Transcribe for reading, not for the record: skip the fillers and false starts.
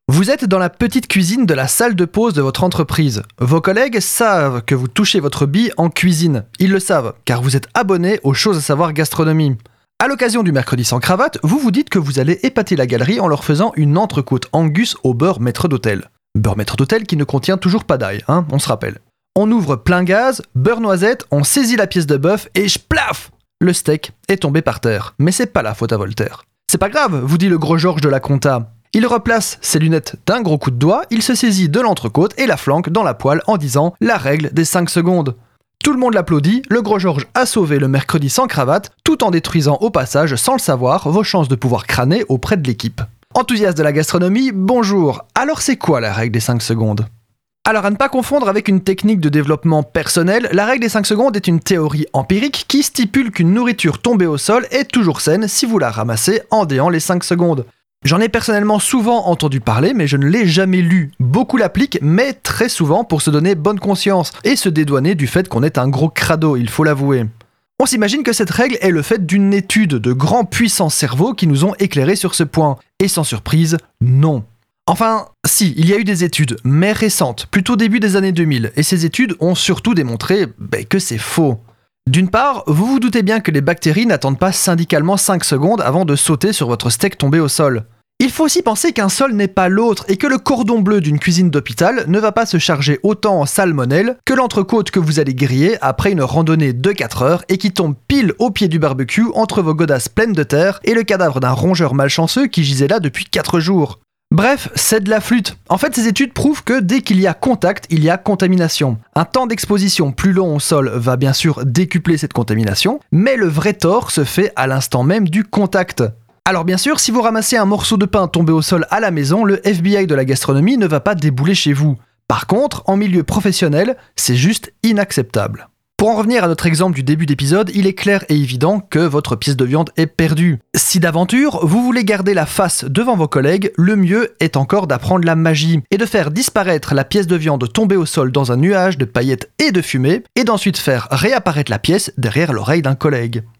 Vous êtes dans la petite cuisine de la salle de pause de votre entreprise. Vos collègues savent que vous touchez votre bille en cuisine. Ils le savent, car vous êtes abonné aux choses à savoir gastronomie. À l'occasion du mercredi sans cravate, vous vous dites que vous allez épater la galerie en leur faisant une entrecôte Angus au beurre maître d'hôtel. Beurre maître d'hôtel qui ne contient toujours pas d'ail, on se rappelle. On ouvre plein gaz, beurre noisette, on saisit la pièce de bœuf et plaf, le steak est tombé par terre. Mais c'est pas la faute à Voltaire. C'est pas grave, vous dit le gros Georges de la compta. Il replace ses lunettes d'un gros coup de doigt, il se saisit de l'entrecôte et la flanque dans la poêle en disant la règle des 5 secondes. Tout le monde l'applaudit, le gros Georges a sauvé le mercredi sans cravate, tout en détruisant au passage, sans le savoir, vos chances de pouvoir crâner auprès de l'équipe. Enthousiaste de la gastronomie, bonjour. Alors c'est quoi la règle des 5 secondes ? Alors à ne pas confondre avec une technique de développement personnel, la règle des 5 secondes est une théorie empirique qui stipule qu'une nourriture tombée au sol est toujours saine si vous la ramassez en déant les 5 secondes. J'en ai personnellement souvent entendu parler, mais je ne l'ai jamais lu. Beaucoup l'appliquent, mais très souvent pour se donner bonne conscience et se dédouaner du fait qu'on est un gros crado, il faut l'avouer. On s'imagine que cette règle est le fait d'une étude de grands puissants cerveaux qui nous ont éclairés sur ce point. Et sans surprise, non. Enfin, si, il y a eu des études, mais récentes, plutôt début des années 2000, et ces études ont surtout démontré que c'est faux. D'une part, vous vous doutez bien que les bactéries n'attendent pas syndicalement 5 secondes avant de sauter sur votre steak tombé au sol. Il faut aussi penser qu'un sol n'est pas l'autre et que le cordon bleu d'une cuisine d'hôpital ne va pas se charger autant en salmonelle que l'entrecôte que vous allez griller après une randonnée de 4 heures et qui tombe pile au pied du barbecue entre vos godasses pleines de terre et le cadavre d'un rongeur malchanceux qui gisait là depuis 4 jours. Bref, c'est de la flûte. En fait, ces études prouvent que dès qu'il y a contact, il y a contamination. Un temps d'exposition plus long au sol va bien sûr décupler cette contamination, mais le vrai tort se fait à l'instant même du contact. Alors bien sûr, si vous ramassez un morceau de pain tombé au sol à la maison, le FBI de la gastronomie ne va pas débouler chez vous. Par contre, en milieu professionnel, c'est juste inacceptable. Pour en revenir à notre exemple du début d'épisode, il est clair et évident que votre pièce de viande est perdue. Si d'aventure, vous voulez garder la face devant vos collègues, le mieux est encore d'apprendre la magie et de faire disparaître la pièce de viande tombée au sol dans un nuage de paillettes et de fumée et d'ensuite faire réapparaître la pièce derrière l'oreille d'un collègue.